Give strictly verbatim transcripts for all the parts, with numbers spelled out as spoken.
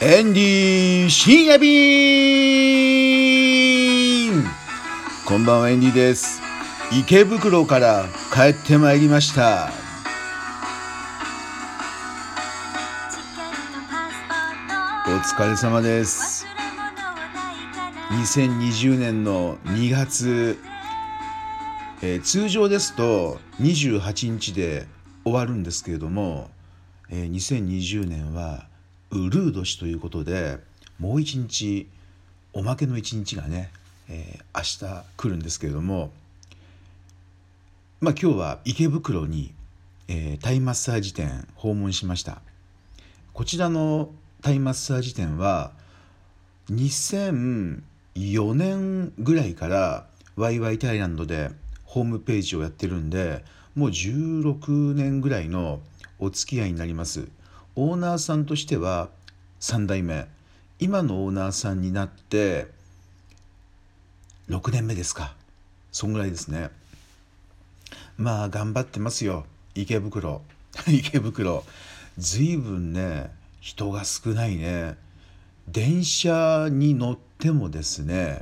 エンディー深夜便。こんばんは、エンディです。池袋から帰ってまいりました。お疲れ様です。にせんにじゅうねんのにがつ、えー、通常ですとにじゅうはちにちで終わるんですけれども、えー、にせんにじゅうねんはウルー年ということで、もう一日おまけの一日がね、えー、明日来るんですけれども、まあ今日は池袋に、えー、タイマッサージ店訪問しました。こちらのタイマッサージ店はにせんよねんぐらいからワイワイタイランドでホームページをやってるんで、もうじゅうろくねんぐらいのお付き合いになります。オーナーさんとしてはさんだいめ、今のオーナーさんになってろくねんめですか。そんぐらいですね。まあ頑張ってますよ、池袋池袋ずいぶんね、人が少ないね。電車に乗ってもですね、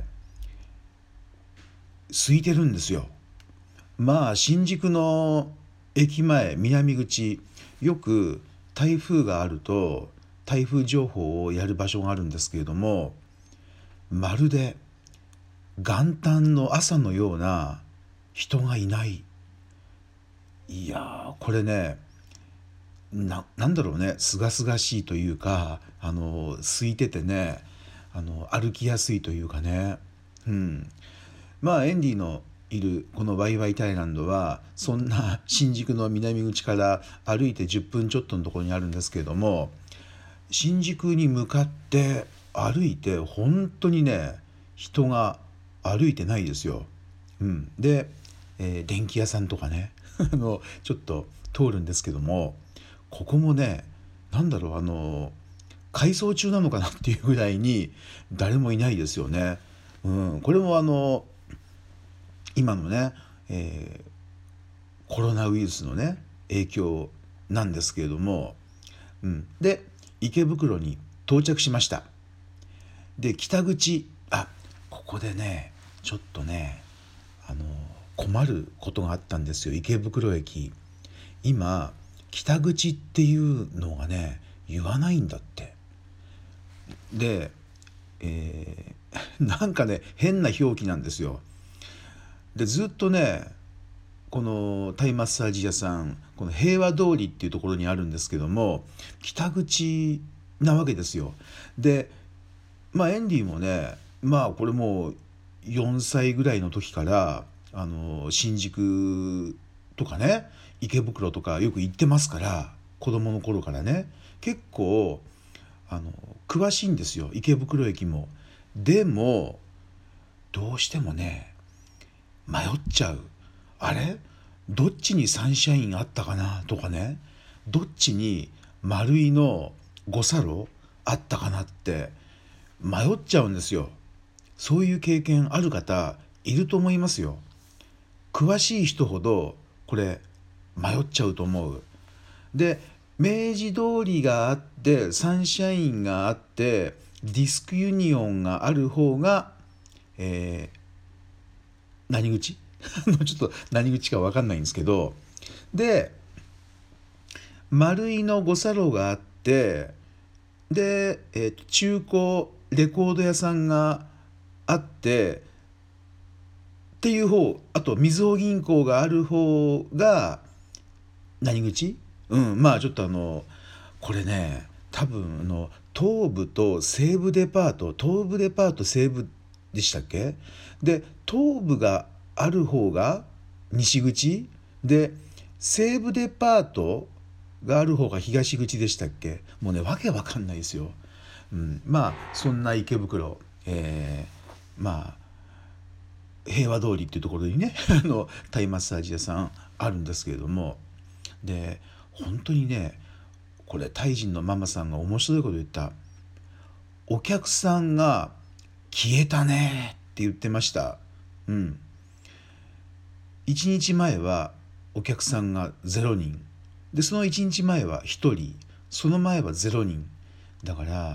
空いてるんですよ。まあ新宿の駅前南口、よく台風があると台風情報をやる場所があるんですけれども、まるで元旦の朝のような人がいない。いやー、これね、な、なんだろうね、すがすがしいというか、あの空いててね、あの歩きやすいというかね。うん。まあエンディのいるこのワイワイタイランドはそんな新宿の南口から歩いてじゅっぷんちょっとのところにあるんですけれども、新宿に向かって歩いて本当にね、人が歩いてないですよ。うん、で、えー電気屋さんとかねあのちょっと通るんですけども、ここもね、なんだろう、あの改装中なのかなっていうぐらいに誰もいないですよね。うん、これもあの今のね、えーコロナウイルスのね影響なんですけれども、うん、で池袋に到着しました。で北口、あ、ここでねちょっとね、あの困ることがあったんですよ。池袋駅、今北口っていうのがね言わないんだって。で、えーなんかね変な表記なんですよ。でずっとね、このタイマッサージ屋さん、この平和通りっていうところにあるんですけども、北口なわけですよ。でまあエンディもね、まあこれもうよんさいぐらいの時からあの新宿とかね池袋とかよく行ってますから、子供の頃からね結構あの詳しいんですよ、池袋駅も。でもどうしてもね迷っちゃう。あれ、どっちにサンシャインあったかなとかね、どっちに丸井の五差路あったかなって迷っちゃうんですよ。そういう経験ある方いると思いますよ。詳しい人ほどこれ迷っちゃうと思う。で明治通りがあってサンシャインがあってディスクユニオンがある方が、えー何口ちょっと何口か分かんないんですけど、で丸井の五差路があって、で、えーと中古レコード屋さんがあってっていう方、あとみずほ銀行がある方が何口。うん、まあちょっとあのこれね多分あの東武と西武デパート、東武デパート西武でしたっけ。で東武がある方が西口で、西武デパートがある方が東口でしたっけ。もうねわけわかんないですよ。うん、まあそんな池袋、えーまあ平和通りっていうところにねあのタイマッサージ屋さんあるんですけれども、で本当にね、これタイ人のママさんが面白いこと言った。お客さんが消えたねって言ってました。うん。いちにちまえはお客さんがゼロにんで、そのいちにちまえはひとり、その前はゼロにんだから、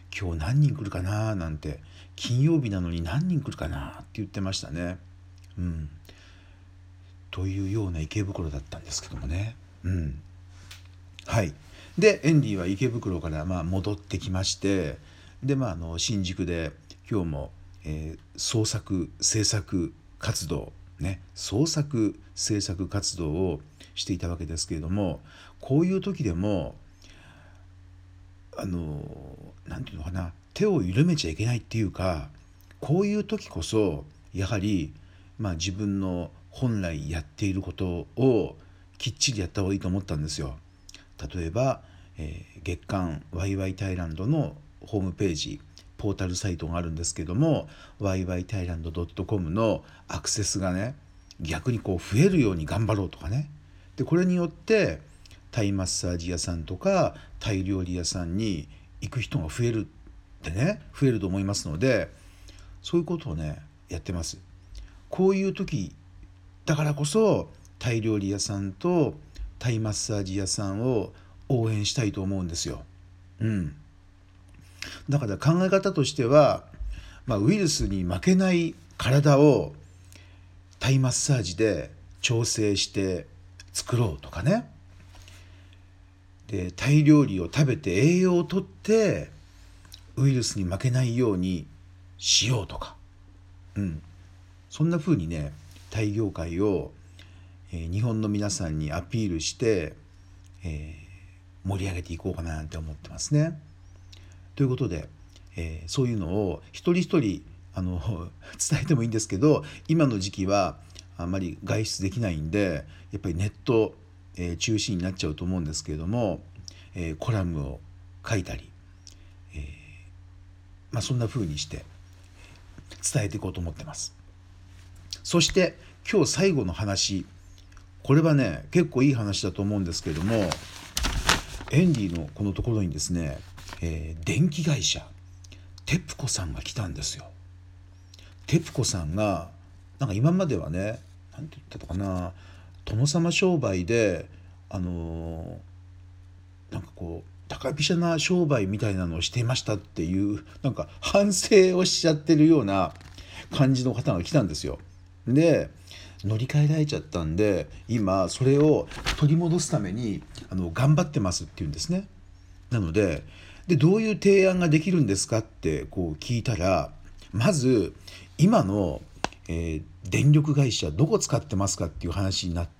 今日何人来るかななんて、金曜日なのに何人来るかなって言ってましたね。うん、というような池袋だったんですけどもね。うん、はい。でエンディは池袋からまあ戻ってきまして、で、まあ、あの新宿で今日も、えー創作制作活動ね創作制作活動をしていたわけですけれども、こういう時でもあのなんていうのかな、手を緩めちゃいけないっていうか、こういう時こそやはり、まあ、自分の本来やっていることをきっちりやった方がいいと思ったんですよ。例えば、えー月刊ワイワイタイランドのホームページ、ポータルサイトがあるんですけども、 ワイワイタイランドドットコム のアクセスがね、逆にこう増えるように頑張ろうとかね。でこれによってタイマッサージ屋さんとかタイ料理屋さんに行く人が増えるってね、増えると思いますので、そういうことをねやってます。こういう時だからこそタイ料理屋さんとタイマッサージ屋さんを応援したいと思うんですよ。うん、だから考え方としては、まあ、ウイルスに負けない体をタイマッサージで調整して作ろうとかね。でタイ料理を食べて栄養をとってウイルスに負けないようにしようとか、うん、そんな風にねタイ業界を、えー日本の皆さんにアピールして、えー盛り上げていこうかなって思ってますね。ということで、えーそういうのを一人一人あの伝えてもいいんですけど、今の時期はあまり外出できないんでやっぱりネット、えー中心になっちゃうと思うんですけれども、えーコラムを書いたり、えーまあ、そんな風にして伝えていこうと思ってます。そして今日最後の話、これはね結構いい話だと思うんですけれども、エンディのこのところにですね、えー電気会社テプコさんが来たんですよ。テプコさんがなんか今まではね、なんて言ってたかな、殿様商売であのーなんかこう高飛車な商売みたいなのをしていましたっていう、なんか反省をしちゃってるような感じの方が来たんですよ。で乗り換えられちゃったんで今それを取り戻すためにあの頑張ってますっていうんですね。なのででどういう提案ができるんですかってこう聞いたら、まず今の、えー電力会社どこ使ってますかっていう話になって、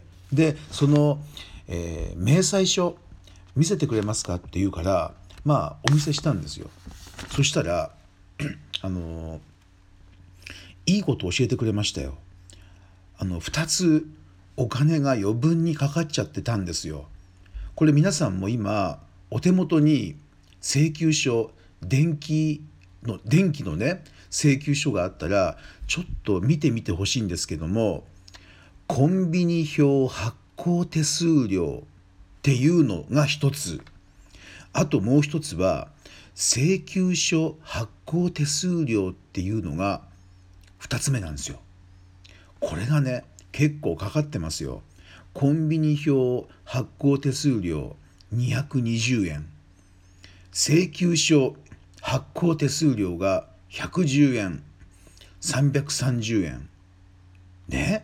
でその、えー明細書見せてくれますかって言うから、まあお見せしたんですよ。そしたらあのいいことを教えてくれましたよ。あのふたつお金が余分にかかっちゃってたんですよ。これ皆さんも今お手元に請求書、電気の電気のね請求書があったらちょっと見てみてほしいんですけども、コンビニ表発行手数料っていうのが一つ、あともう一つは請求書発行手数料っていうのが二つ目なんですよ。これがね結構かかってますよ。コンビニ表発行手数料にひゃくにじゅうえん、請求書発行手数料がひゃくじゅうえん、さんびゃくさんじゅうえんね。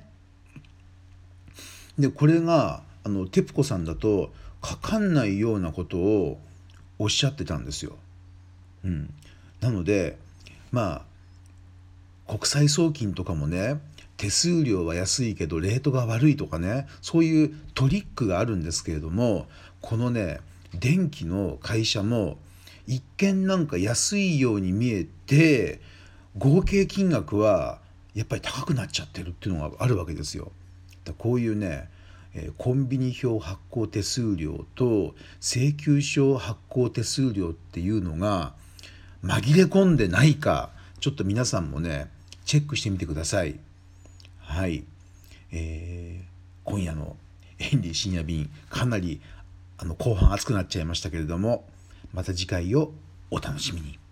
でこれがあのテプコさんだとかかんないようなことをおっしゃってたんですよ。うん、なのでまあ国際送金とかもね手数料は安いけどレートが悪いとかね、そういうトリックがあるんですけれども、このね電気の会社も一見なんか安いように見えて合計金額はやっぱり高くなっちゃってるっていうのがあるわけですよ。だこういうねえーコンビニ表発行手数料と請求書発行手数料っていうのが紛れ込んでないか、ちょっと皆さんもねチェックしてみてください。はい、えー今夜のエンディ深夜便かなりあの後半熱くなっちゃいましたけれども、また次回をお楽しみに。